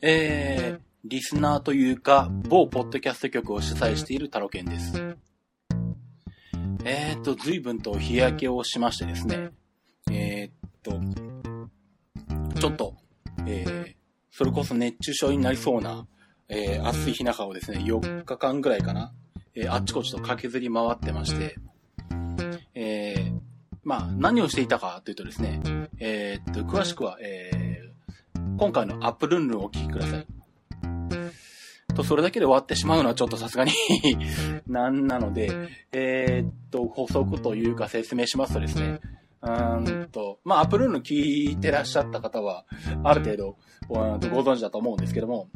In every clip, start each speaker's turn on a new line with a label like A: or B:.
A: リスナーというか、某ポッドキャスト局を主催しているタロケンです。随分と日焼けをしましてですね、ちょっと、それこそ熱中症になりそうな、暑い日中をですね、4日間ぐらいかな、あっちこっちと駆けずり回ってまして、何をしていたかというとですね、詳しくは、今回のアップルンルンをお聞きください。それだけで終わってしまうのはちょっとさすがになんなので、補足というか説明しますとですね、アップルンルン聞いてらっしゃった方は、ある程度、ご存知だと思うんですけども、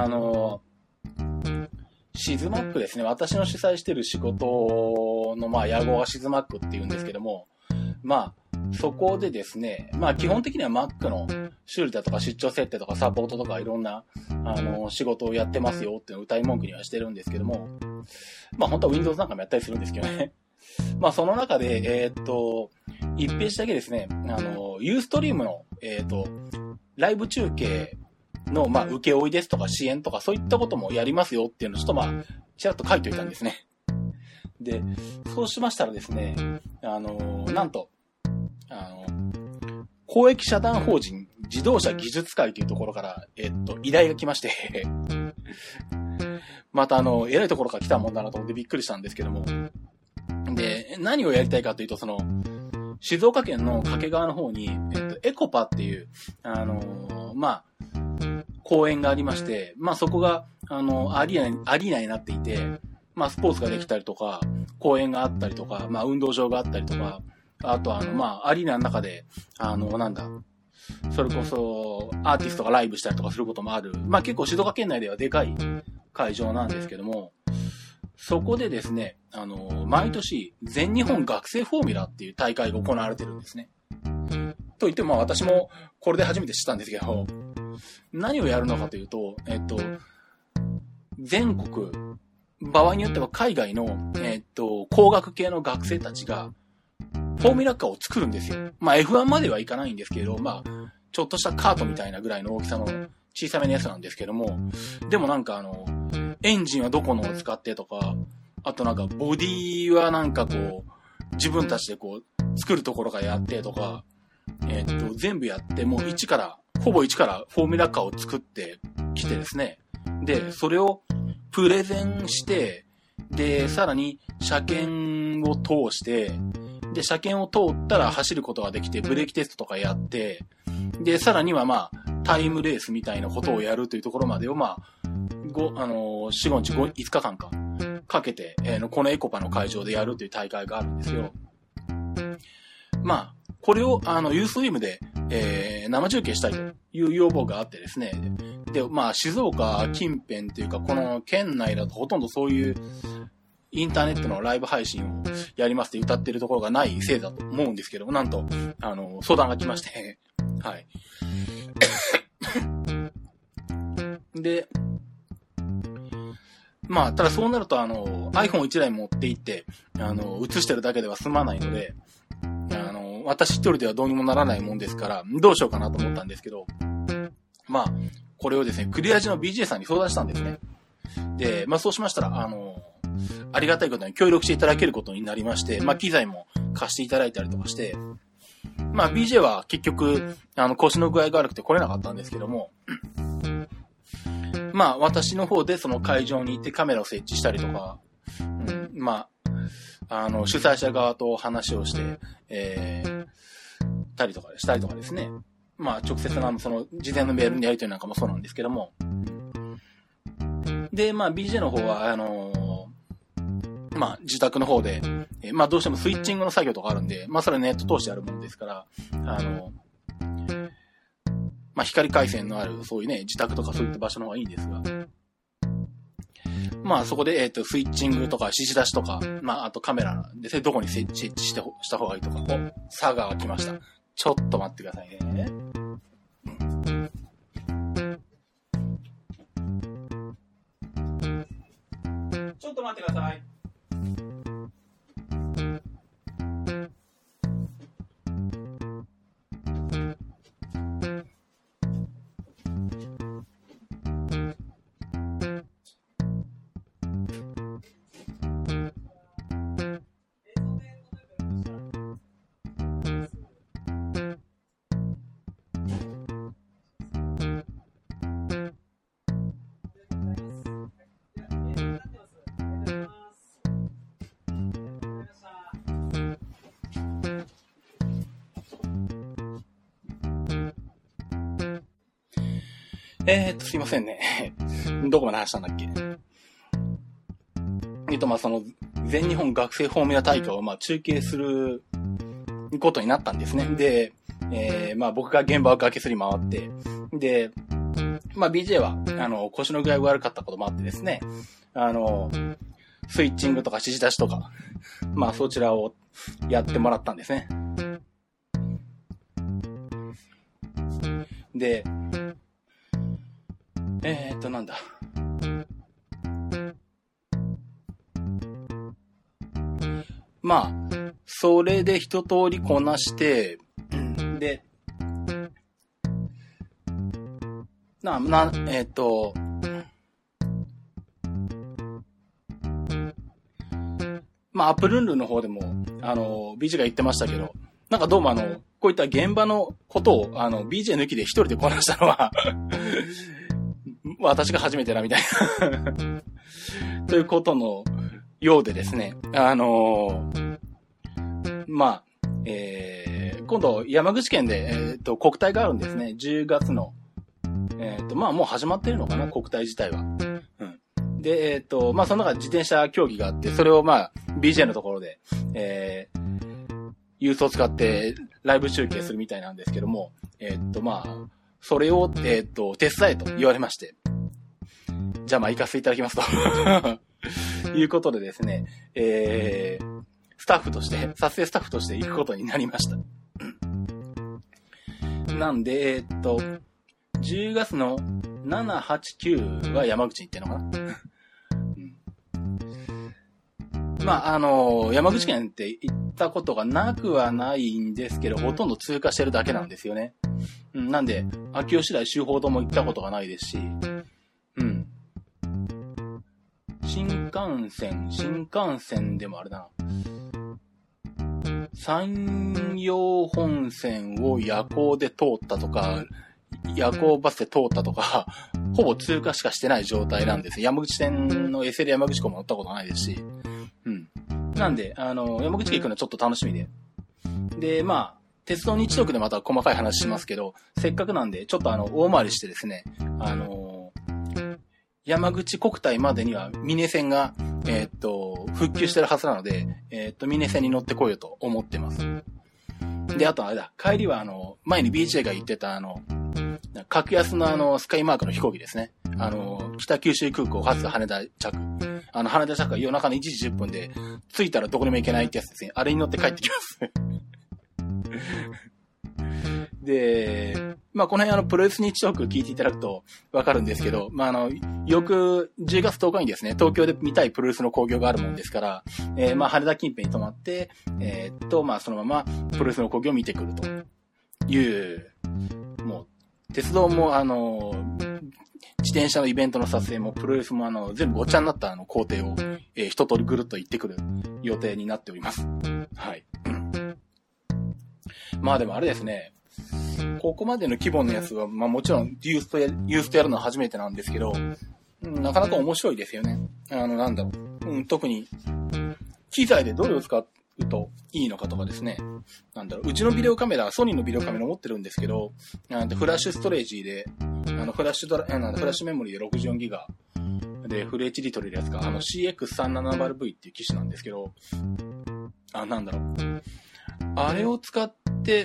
A: シズマップですね。私の主催している仕事の、屋号がシズマップって言うんですけども、そこでですね、基本的には Mac の修理だとか出張設定とかサポートとかいろんな、仕事をやってますよっていうのを歌い文句にはしてるんですけども、本当は Windows なんかもやったりするんですけどね。その中で、1ページだけですね、Ustream の、ライブ中継の、請負ですとか支援とかそういったこともやりますよっていうのをちょっとちらっと書いておいたんですね。で、そうしましたらですね、なんと、公益社団法人自動車技術会というところから、依頼が来ましてまた偉いところから来たもんだなと思ってびっくりしたんですけども。で、何をやりたいかというと、静岡県の掛川の方に、エコパっていう、公園がありまして、そこが、アリーナになっていて、スポーツができたりとか、公園があったりとか、運動場があったりとか、あとアリーナの中で、それこそ、アーティストがライブしたりとかすることもある。結構静岡県内ではでかい会場なんですけども、そこでですね、毎年、全日本学生フォーミュラっていう大会が行われてるんですね。と言っても、私もこれで初めて知ったんですけど、何をやるのかというと、全国、場合によっては海外の、工学系の学生たちが、フォーミュラカーを作るんですよ。F1 まではいかないんですけど、ちょっとしたカートみたいなぐらいの大きさの小さめのやつなんですけども、でもエンジンはどこのを使ってとか、あとボディは自分たちで作るところからやってとか、全部やって、もうほぼ一からフォーミュラカーを作ってきてですね。で、それをプレゼンして、で、さらに車検を通して、で、車検を通ったら走ることができて、ブレーキテストとかやって、で、さらにはタイムレースみたいなことをやるというところまでを4、5日間かけて、このエコパの会場でやるという大会があるんですよ。これを、ユーストリームで、生中継したいという要望があってですね。で、静岡近辺というか、この県内だとほとんどそういうインターネットのライブ配信をやりますって歌ってるところがないせいだと思うんですけども、なんと、相談が来まして、はい。で、ただそうなるとiPhone1 台持って行って、映してるだけでは済まないので、私一人ではどうにもならないもんですから、どうしようかなと思ったんですけど、これをですね、クリアジの BJ さんに相談したんですね。で、そうしましたら、ありがたいことに協力していただけることになりまして、機材も貸していただいたりとかして、BJ は結局、腰の具合が悪くて来れなかったんですけども、私の方でその会場に行ってカメラを設置したりとか、主催者側と話をして、したりとかですね。直接その、事前のメールのやり取りなんかもそうなんですけども。で、BJ の方は、自宅の方で、どうしてもスイッチングの作業とかあるんで、それネット通してあるもんですから、光回線のある、そういうね、自宅とかそういった場所の方がいいんですが、そこで、スイッチングとか、指示出しとか、あとカメラですね、どこに設置した方がいいとか、サガが来ました。ちょっと待ってくださいね。ちょっと待ってください。 すいませんね。どこまで話したんだっけ。その、全日本学生フォーミュラ大会を中継することになったんですね。で、僕が現場を崖すり回って、で、BJ は、腰の具合が悪かったこともあってですね、スイッチングとか指示出しとか、そちらをやってもらったんですね。で、なんだ。それで一通りこなして、で、アップルンルンの方でも、BJ が言ってましたけど、どうもこういった現場のことを、BJ 抜きで一人でこなしたのは、私が初めてだみたいな、ということのようでですね、今度山口県で、国体があるんですね。10月の、もう始まってるのかな、国体自体は。で、その中で自転車競技があって、それをBJ のところで、ユースを使ってライブ中継するみたいなんですけども、それを、手伝えと言われまして、じゃあ行かせていただきますと。いうことでですね、スタッフとして、撮影スタッフとして行くことになりました。なんで、10月の7、8、9は山口に行ってんのかな、山口県って行ったことがなくはないんですけど、ほとんど通過してるだけなんですよね。なんで、秋吉台周防道も行ったことがないですし、新幹線でもあれだな。山陽本線を夜行で通ったとか、夜行バスで通ったとか、ほぼ通過しかしてない状態なんです。山口線の SL 山口港も乗ったことないですし。なんで、山口県行くのはちょっと楽しみで。で、鉄道日特でまた細かい話しますけど、せっかくなんで、ちょっと大回りしてですね、山口国体までにはミネ線が、復旧してるはずなので、ミネ線に乗ってこようと思ってます。で、あとあれだ、帰りは前に BJ が言ってた格安のスカイマークの飛行機ですね。北九州空港発羽田着。羽田着は夜中の1時10分で、着いたらどこにも行けないってやつですね。あれに乗って帰ってきます。で、この辺プロレス日特聞いていただくとわかるんですけど、翌10月10日にですね、東京で見たいプロレスの興行があるもんですから、羽田近辺に泊まって、そのままプロレスの興行を見てくるという、もう、鉄道も自転車のイベントの撮影もプロレスも全部ごっちゃになった工程を、一通りぐるっと行ってくる予定になっております。はい。でもあれですね、ここまでの規模のやつは、もちろんユーストやるのは初めてなんですけど、なかなか面白いですよね。特に、機材でどれを使うといいのかとかですね。うちのビデオカメラ、ソニーのビデオカメラ持ってるんですけど、フラッシュストレージで、フラッシュメモリで64ギガでフル HD 撮れるやつが、CX370V っていう機種なんですけど、あれを使って、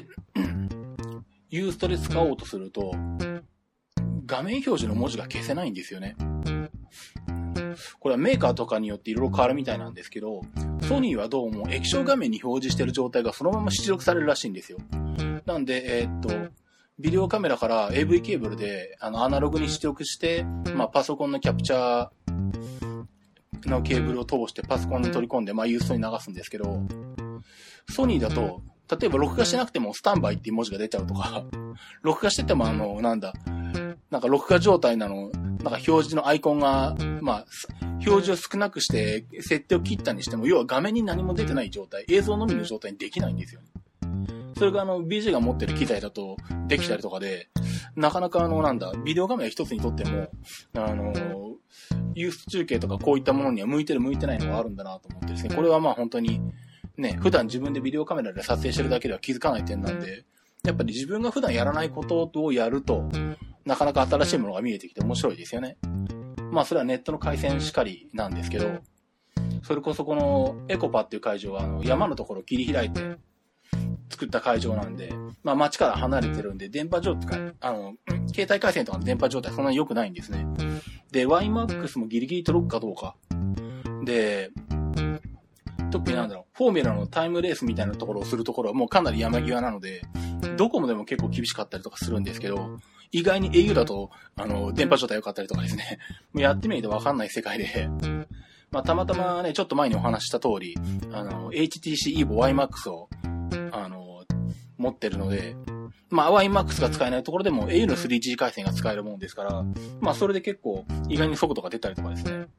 A: ユーストで使おうとすると、画面表示の文字が消せないんですよね。これはメーカーとかによっていろいろ変わるみたいなんですけど、ソニーはどうも液晶画面に表示してる状態がそのまま出力されるらしいんですよ。なんで、ビデオカメラから AV ケーブルでアナログに出力して、パソコンのキャプチャーのケーブルを通してパソコンに取り込んで、ユーストに流すんですけど、ソニーだと、例えば録画してなくてもスタンバイっていう文字が出ちゃうとか、録画してても録画状態なの、表示のアイコンが、表示を少なくして設定を切ったにしても、要は画面に何も出てない状態、映像のみの状態にできないんですよね。それがBJ が持ってる機材だとできたりとかで、なかなかビデオカメラ一つにとっても、ユース中継とかこういったものには向いてる向いてないのがあるんだなと思ってですね、これは本当に、ね、普段自分でビデオカメラで撮影してるだけでは気づかない点なんで、やっぱり自分が普段やらないことをやると、 なかなか新しいものが見えてきて面白いですよね。まあそれはネットの回線しかりなんですけど、それこそこのエコパっていう会場は山のところを切り開いて作った会場なんで、まあ街から離れてるんで電波状態、携帯回線とかの電波状態そんなに良くないんですね。で、YMAX もギリギリ届くかどうか。で、特にフォーミュラのタイムレースみたいなところをするところはもうかなり山際なので、ドコモでも結構厳しかったりとかするんですけど、意外に au だと、電波状態良かったりとかですね、もうやってみないとわかんない世界で、まあ、たまたまね、ちょっと前にお話しした通り、HTC Evo YMAX を、持ってるので、まあ、YMAX が使えないところでも au の 3G 回線が使えるもんですから、まあ、それで結構意外に速度が出たりとかですね。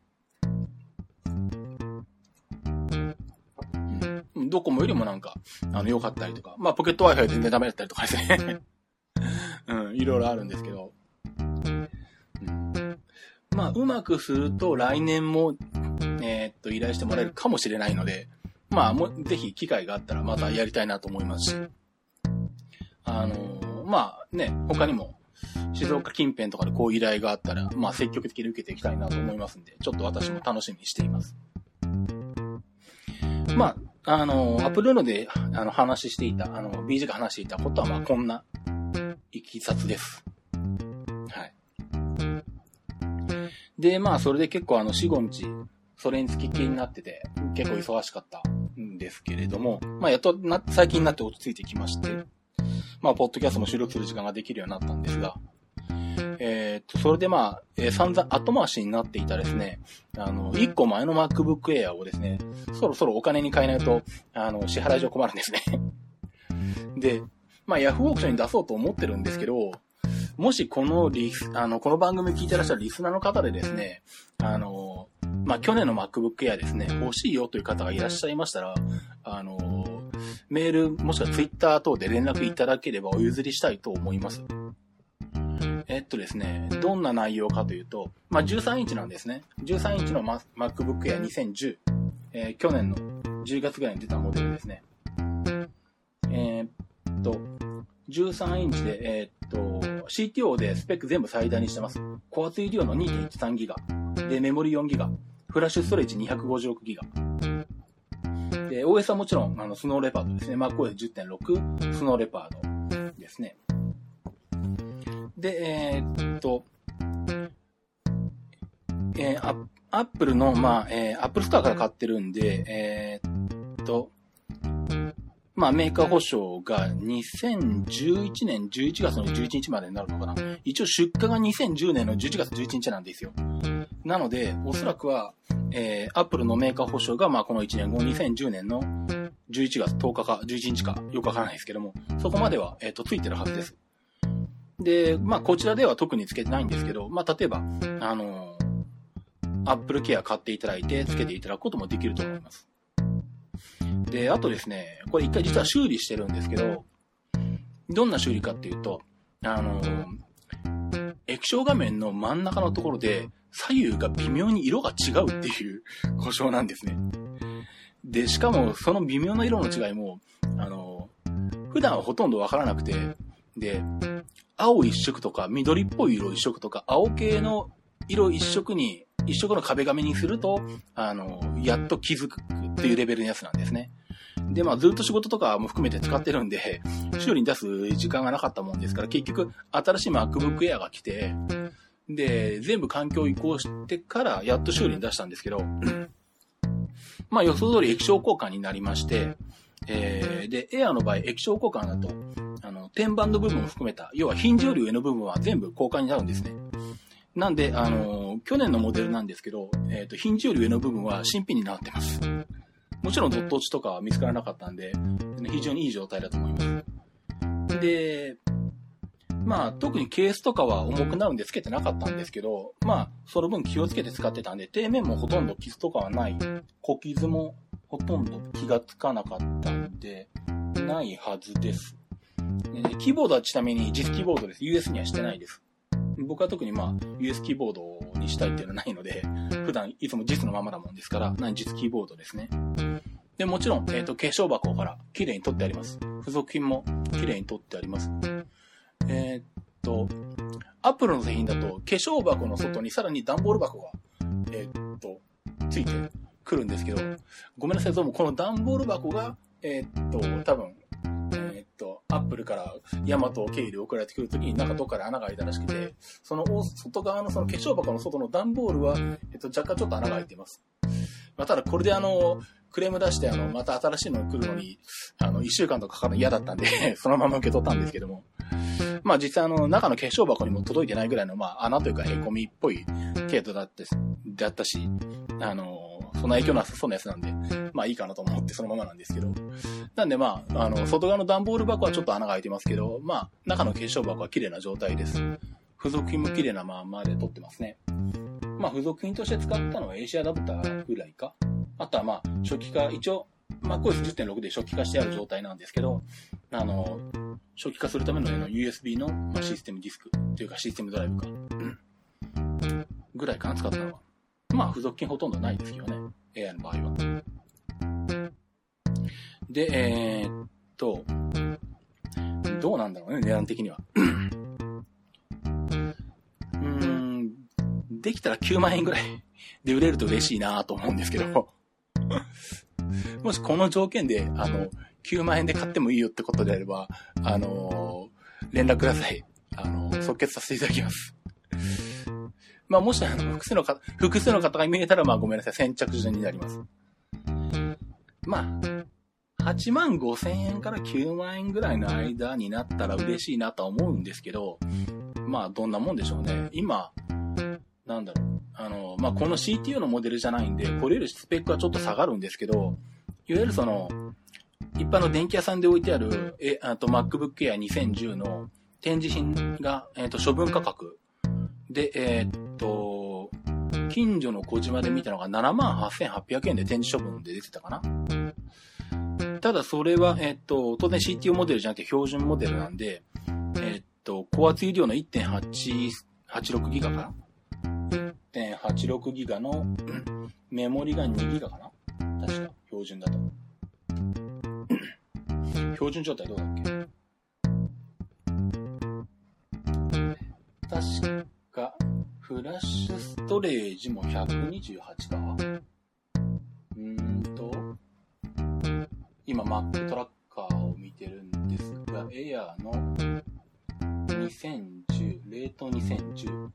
A: ドコモよりもなんか、良かったりとか、まあ、ポケット Wi-Fi 全然ダメだったりとかですね。いろいろあるんですけど。まあ、うまくすると来年も、依頼してもらえるかもしれないので、まあ、ぜひ機会があったらまたやりたいなと思いますし。まあね、他にも、静岡近辺とかでこう依頼があったら、まあ積極的に受けていきたいなと思いますんで、ちょっと私も楽しみにしています。まあ、アップルーノで、話していた、BG が話していたことは、まあこんないきさつです。はい。で、まあそれで結構4、5日、それにつきっきりになってて、結構忙しかったんですけれども、まあやっと最近になって落ち着いてきまして、まあ、ポッドキャストも収録する時間ができるようになったんですが、それでまあ、散々後回しになっていたですね、1個前の MacBook Air をですね、そろそろお金に変えないと、支払い上困るんですね。で、まあ、Yahoo オークションに出そうと思ってるんですけど、もしこのこの番組聞いてらっしゃるリスナーの方でですね、まあ、去年の MacBook Air ですね、欲しいよという方がいらっしゃいましたら、メールもしくは Twitter 等で連絡いただければお譲りしたいと思います。ですね、どんな内容かというと、まあ、13インチなんですね。13インチの MacBook Air 2010、去年の10月ぐらいに出たモデルですね。13インチで、CTO でスペック全部最大にしてます。コア追量の 2.13 ギガ。で、メモリ4ギガ。フラッシュストレージ256ギガ。で、OS はもちろん、スノーレパードですね。MacOS 10.6 スノーレパードですね。で、Apple の、まあ、Apple Store から買ってるんで、まあ、メーカー保証が2011年11月の11日までになるのかな。一応出荷が2010年の11月11日なんですよ。なので、おそらくは、Apple のメーカー保証が、まあ、この1年後、2010年の11月10日か11日か、よくわからないですけども、そこまでは、ついてるはずです。で、まあ、こちらでは特につけてないんですけど、まあ、例えば、Apple Care 買っていただいて、つけていただくこともできると思います。で、あとですね、これ一回実は修理してるんですけど、どんな修理かっていうと、液晶画面の真ん中のところで、左右が微妙に色が違うっていう故障なんですね。で、しかもその微妙な色の違いも、普段はほとんどわからなくて、で、青一色とか緑っぽい色一色とか青系の色一色の壁紙にすると、やっと気づくっていうレベルのやつなんですね。で、まあずっと仕事とかも含めて使ってるんで、修理に出す時間がなかったもんですから、結局新しい MacBook Air が来て、で、全部環境移行してからやっと修理に出したんですけど、まあ予想通り液晶交換になりまして、で、Air の場合液晶交換だと、天板の部分を含めた、要はヒンジより上の部分は全部交換になるんですね。なんで、去年のモデルなんですけど、ヒンジより上の部分は新品になってます。もちろんドット落ちとかは見つからなかったんで、非常にいい状態だと思います。で、まあ、特にケースとかは重くなるんでつけてなかったんですけど、まあ、その分気をつけて使ってたんで、底面もほとんど傷とかはない。小傷もほとんど気がつかなかったんで、ないはずです。キーボードはちなみにJISキーボードです。US にはしてないです。僕は特にまあ US キーボードにしたいっていうのはないので、普段いつもJISのままなもんですから、JISキーボードですね。で、もちろん、化粧箱から綺麗に取ってあります。付属品も綺麗に取ってあります。 アップルの製品だと、化粧箱の外にさらに段ボール箱が、ついてくるんですけど、ごめんなさい、どうもこの段ボール箱が、多分、アップルからヤマト経由で送られてくるときになんかどっかで穴が開いたらしくて、その外側のその化粧箱の外の段ボールは、若干ちょっと穴が開いています。まあ、ただこれでクレーム出してまた新しいのが来るのに、1週間とかかかるの嫌だったんで、そのまま受け取ったんですけども。まあ実際中の化粧箱にも届いてないぐらいの、まあ穴というか凹みっぽい程度だったし、そんな影響なさそうなやつなんで、まあいいかなと思ってそのままなんですけど。なんでまあ、外側の段ボール箱はちょっと穴が開いてますけど、まあ中の化粧箱は綺麗な状態です。付属品も綺麗なままで取ってますね。まあ付属品として使ったのはエイシアアダプターぐらいか。あとはまあ初期化、一応、MacOS 10.6 で初期化してある状態なんですけど、初期化するためのUSB のシステムディスクというかシステムドライブか。ぐらいかな、使ったのは。まあ付属品ほとんどないですけどね。AI の場合は。で、どうなんだろうね、値段的には。できたら9万円ぐらいで売れると嬉しいなと思うんですけど、もしこの条件で、9万円で買ってもいいよってことであれば、連絡ください。即決させていただきます。まあ、もし、複数の方が見えたら、まあ、ごめんなさい。先着順になります。まあ、8万5千円から9万円ぐらいの間になったら嬉しいなとは思うんですけど、まあ、どんなもんでしょうね。今、なんだろう。まあ、この CTO のモデルじゃないんで、これよりスペックはちょっと下がるんですけど、いわゆる一般の電気屋さんで置いてある、MacBook Air 2010の展示品が、処分価格で、近所の小島で見たのが78,800円で展示処分で出てたかな。ただそれは、当然 CTO モデルじゃなくて標準モデルなんで、高圧容量の 1.86 ギガかな ?1.86 ギガのメモリが2ギガかな確か、標準だと。標準状態どうだっけ確か、フラッシュストレージも128か今 Mac トラッカーを見てるんですが、Air の2010、レート2010。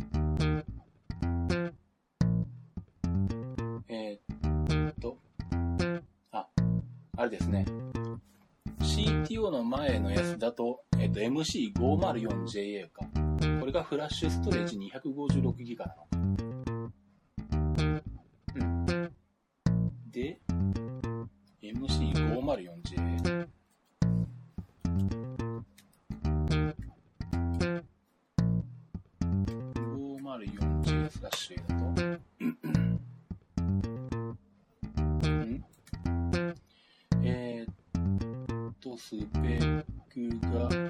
A: あれですね。CTO の前のやつだと、MC504JA か。これがフラッシュストレージ256ギガなの。で、MC504JA。504JA フラッシュ A だと。スペックが、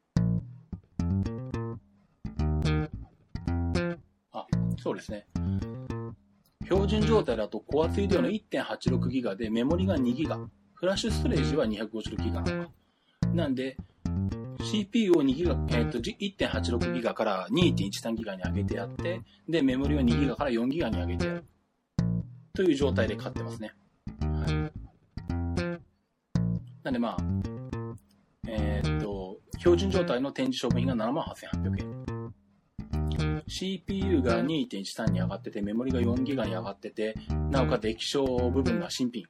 A: そうですね。標準状態だと高圧容量の 1.86 ギガでメモリが2ギガ。フラッシュストレージは256ギガなのか。なんで、CPU を2ギガ、1.86 ギガから 2.13 ギガに上げてやって、で、メモリを2ギガから4ギガに上げてやる。という状態で買ってますね。はい。なんでまあ、標準状態の展示処分品が 78,800 円。CPU が 2.13 に上がってて、メモリが4ギガに上がってて、なおかつ液晶部分が新品。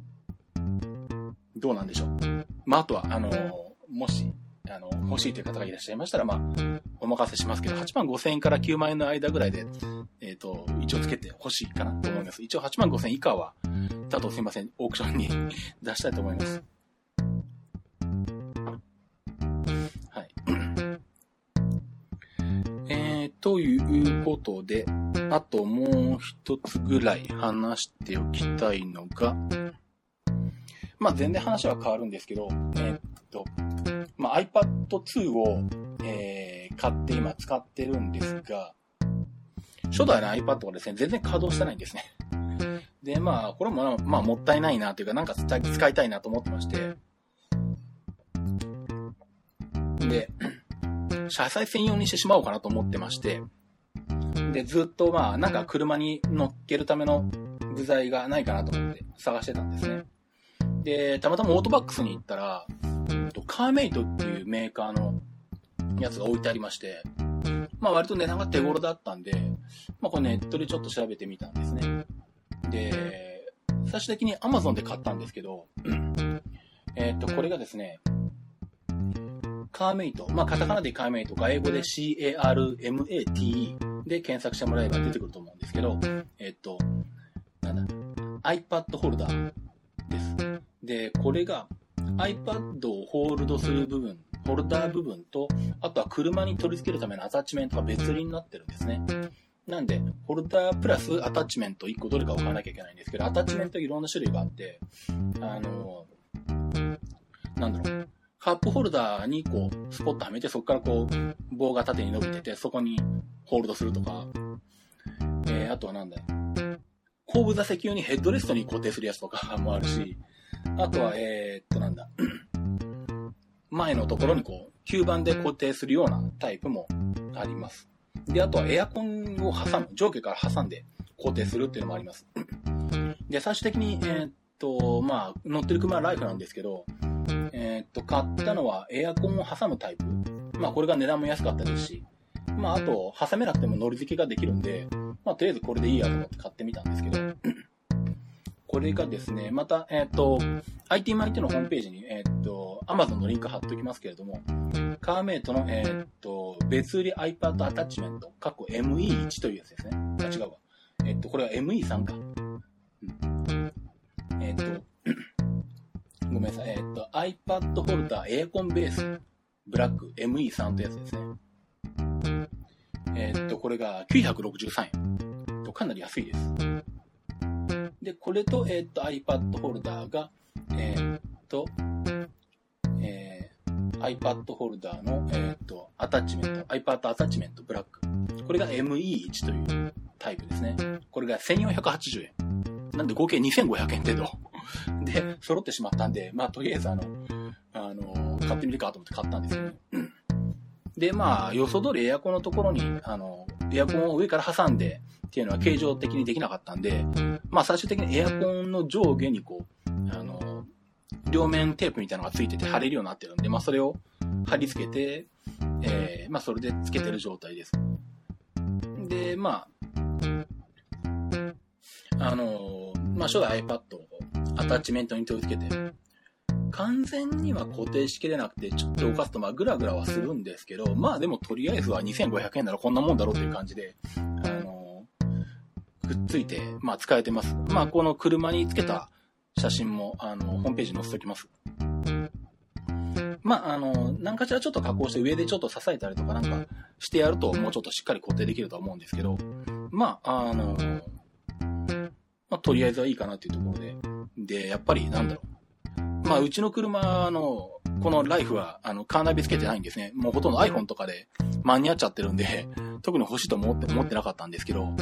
A: どうなんでしょう。まあ、あとは、もし、欲しいという方がいらっしゃいましたら、まあ、お任せしますけど、8万5千円から9万円の間ぐらいで、一応つけて欲しいかなと思います。一応8万5千円以下は、だとすいません、オークションに出したいと思います。ということで、あともう一つぐらい話しておきたいのが、まあ全然話は変わるんですけど、まあ iPad 2を、買って今使ってるんですが、初代の iPad がですね、全然稼働してないんですね。で、まあこれもまあもったいないなというか、なんか使いたいなと思ってまして、で、 車載専用にしてしまおうかなと思ってまして、で、ずっとなんか車に乗っけるための部材がないかなと思って探してたんですね。で、たまたまオートバックスに行ったら、カーメイトっていうメーカーのやつが置いてありまして、割と値段が手頃だったんで、これネットでちょっと調べてみたんですね。で、最終的に Amazon で買ったんですけど、これがですね、カーメイト、カタカナでカーメイトか、英語で CARMATE で検索してもらえば出てくると思うんですけど、iPad ホルダーです。で、これが iPad をホールドする部分、ホルダー部分と、あとは車に取り付けるためのアタッチメントが別売りになってるんですね。なんで、ホルダープラスアタッチメント1個どれか分からなきゃいけないんですけど、アタッチメントいろんな種類があって、カップホルダーにスポットはめて、そこから棒が縦に伸びてて、そこにホールドするとか、あとは後部座席用にヘッドレストに固定するやつとかもあるし、あとは、前のところに吸盤で固定するようなタイプもあります。で、あとはエアコンを上下から挟んで固定するっていうのもあります。で、最終的に、乗ってる車はライフなんですけど、買ったのはエアコンを挟むタイプ。これが値段も安かったですし、あと、挟めなくても乗り付けができるんで、とりあえずこれでいいやと思って買ってみたんですけど、これがですね、また、IT マイテのホームページに、Amazon のリンク貼っておきますけれども、カーメイトの、別売り iPad アタッチメント、ME1 というやつですね。違うわ。これは ME3 か。ごめんなさい。iPad ホルダーエアコンベース、ブラック ME3 というやつですね。これが963円。かなり安いです。で、これと、iPad ホルダーが、iPad ホルダーの、アタッチメント、iPad アタッチメントブラック。これが ME1 というタイプですね。これが1480円。なんで合計2500円程度。で、揃ってしまったんで、とりあえず買ってみるかと思って買ったんですよね。で、予想通りエアコンのところに、エアコンを上から挟んでっていうのは形状的にできなかったんで、最終的にエアコンの上下に両面テープみたいなのがついてて貼れるようになってるんで、それを貼り付けて、それで付けてる状態です。で、初代 iPad をアタッチメントに取り付けて、完全には固定しきれなくて、ちょっと動かすとグラグラはするんですけど、でもとりあえずは2500円ならこんなもんだろうという感じで、くっついて、使えてます。この車につけた写真も、ホームページに載せておきます。何かしらちょっと加工して上でちょっと支えたりとかなんかしてやるともうちょっとしっかり固定できるとは思うんですけど、とりあえずはいいかなっていうところで。で、やっぱりうちの車の、このライフは、カーナビつけてないんですね。もうほとんど iPhone とかで間に合っちゃってるんで、特に欲しいと思ってなかったんですけど、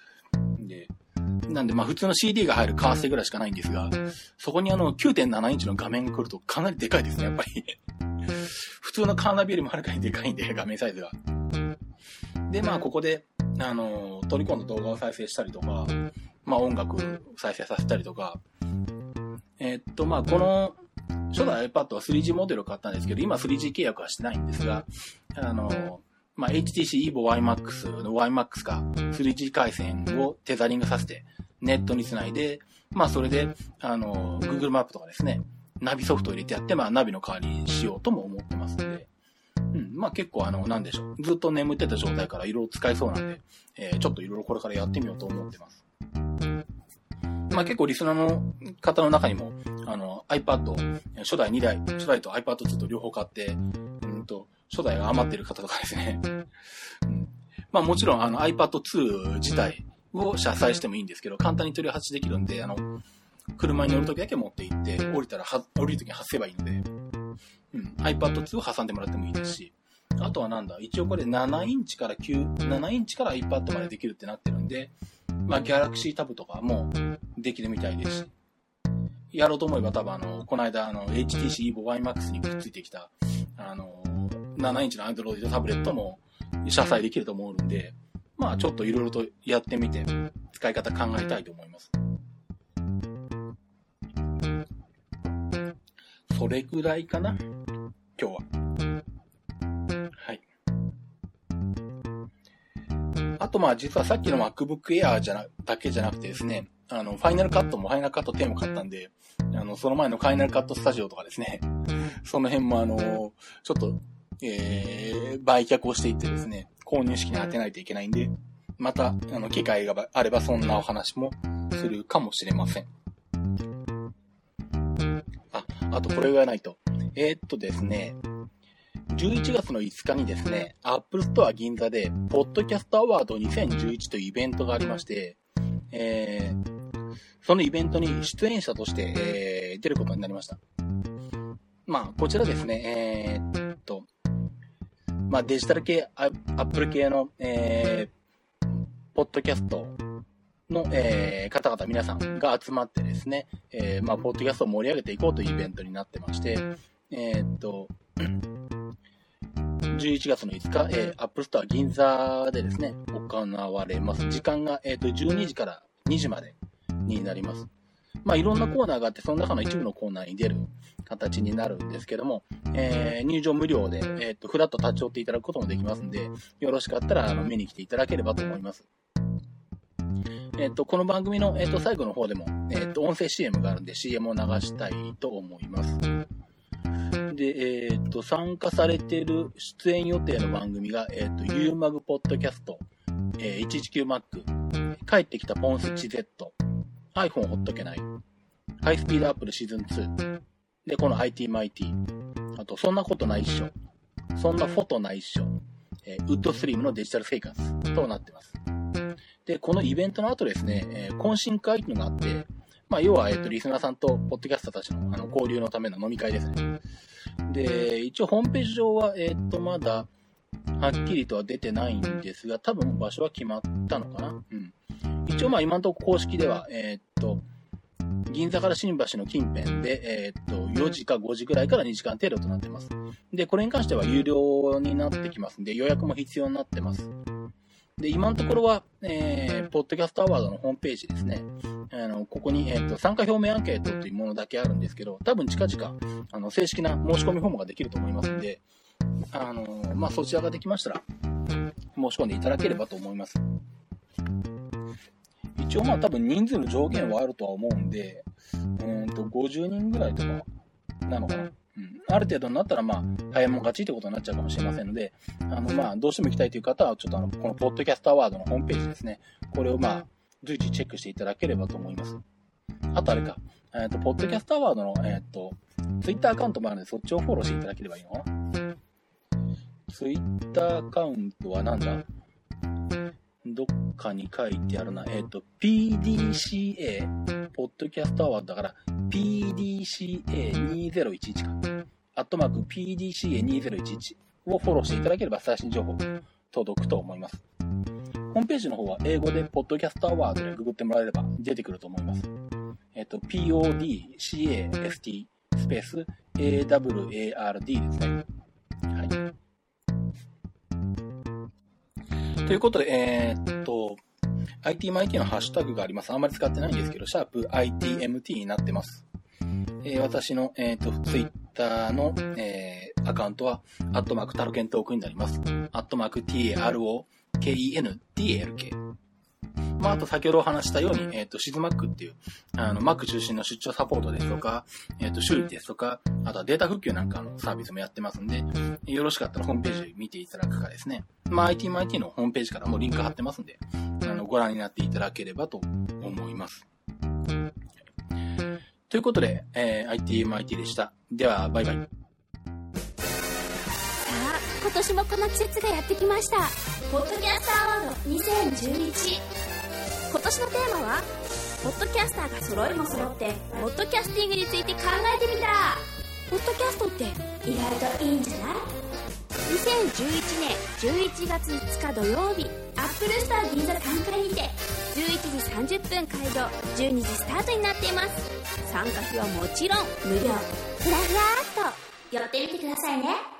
A: なんで普通の CD が入るカーステぐらいしかないんですが、そこに9.7 インチの画面が来るとかなりでかいですね、やっぱり。普通のカーナビよりもはるかにでかいんで、画面サイズが。で、ここで、取り込んだ動画を再生したりとか、音楽再生させたりとか、この初代 iPad は 3G モデルを買ったんですけど、今 3G 契約はしてないんですが、HTC Evo WiMAX の WiMAX か 3G 回線をテザリングさせてネットにつないで、それでGoogle マップとかですね、ナビソフトを入れてやって、ナビの代わりにしようとも思ってますので、結構ずっと眠ってた状態からいろいろ使えそうなんで、ちょっといろいろこれからやってみようと思ってます。結構リスナーの方の中にも、iPad、初代と iPad2 と両方買って、初代が余ってる方とかですね。もちろんiPad2 自体を車載してもいいんですけど、簡単に取り外しできるんで、車に乗るときだけ持って行って、降りるときに外せばいいので、iPad2 を挟んでもらってもいいですし、あとは一応これ7インチからiPad までできるってなってるんで、Galaxy Tab とかもできるみたいですし、やろうと思えば多分この間HTC Evo WiMAX にくっついてきた、 7インチの Android タブレットも車載できると思うんで、まあちょっといろいろとやってみて、使い方考えたいと思います。それぐらいかな、今日は。はい。あとまあ実はさっきの MacBook Air だけじゃなくてですね、ファイナルカット10も買ったんで、その前のファイナルカットスタジオとかですね、その辺もちょっと、売却をしていってですね、購入式に当てないといけないんで、また、機会があればそんなお話もするかもしれません。あとこれを言わないと。ですね、11月の5日にですね、Apple Store 銀座で、ポッドキャストアワード2011というイベントがありまして、そのイベントに出演者として、出ることになりました。まあ、こちらですね、まあ、デジタル系、Apple 系の、ポッドキャストの、方々皆さんが集まってですね、まあ、ポッドキャストを盛り上げていこうというイベントになってまして、11月の5日、Apple Store 銀座でですね、行われます。時間が、12時から2時までになります。まあ、いろんなコーナーがあって、その中の一部のコーナーに出る形になるんですけども、入場無料で、ふらっと立ち寄っていただくこともできますんで、よろしかったら、見に来ていただければと思います。この番組の、最後の方でも、音声 CM があるんで CM を流したいと思います。で、参加されている出演予定の番組が、UMAG ポッドキャスト、119Mac、帰ってきたポンスチ Z、iPhone ほっとけない、ハイスピードアップルシーズン2、で、この IT マイティ、あと、そんなことないっしょ、そんなフォトないっしょ、ウッドストリームのデジタル生活となっています。で、このイベントの後ですね、懇親会というのがあって、まあ、要は、リスナーさんとポッドキャスターたちの、交流のための飲み会ですね。で、一応ホームページ上は、まだ、はっきりとは出てないんですが、多分場所は決まったのかな。うん。一応、まあ、今のところ公式では、銀座から新橋の近辺で、4時か5時ぐらいから2時間程度となってます。で、これに関しては有料になってきますんで、予約も必要になってます。で、今のところは、ポッドキャストアワードのホームページですね。ここに、参加表明アンケートというものだけあるんですけど、多分近々、正式な申し込みフォームができると思いますんで、まあ、そちらができましたら、申し込んでいただければと思います。一応、まあ、多分人数の上限はあるとは思うんで、50人ぐらいとか、なのかな。ある程度になったら、まあ、早いもん勝ちってことになっちゃうかもしれませんので、まあ、どうしても行きたいという方は、ちょっとこのポッドキャストアワードのホームページですね。これをまあ、随時チェックしていただければと思います。あとあれか、ポッドキャストアワードの、ツイッターアカウントもあるので、そっちをフォローしていただければいいのかな。ツイッターアカウントはなんだ？どっかに書いてあるな。PDCA、ポッドキャストアワードだから、PDCA2011 か。@PDCA2011 をフォローしていただければ最新情報届くと思います。ホームページの方は英語でポッドキャストアワードでググってもらえれば出てくると思います。PODCAST スペース AWARD ですね。はい。ということで、ITMIT のハッシュタグがあります。あんまり使ってないんですけど、#ITMT になってます。私の、ツイッターの、アカウントは、タロケントークになります。@TAROKENTALK。まあ、あと先ほどお話したように、シズマックっていう、Mac 中心の出張サポートですとか、修理ですとか、あとはデータ復旧なんかのサービスもやってますんで、よろしかったらホームページ見ていただくかですね。まあ、ITMIT のホームページからもリンク貼ってますんで、ご覧になっていただければと思います。ということで、ITMIT でした。では、バイバイ。さ
B: あ、今年もこの季節がやってきました。ポッドキャストアワード2011。今年のテーマは、ポッドキャスターが揃いも揃って、ポッドキャスティングについて考えてみた。ポッドキャストって意外といいんじゃない？ 2011年11月5日土曜日、アップルスター銀座3階にて、11時30分開場、12時スタートになっています。参加費はもちろん無料。ふらふらーっと寄ってみてくださいね。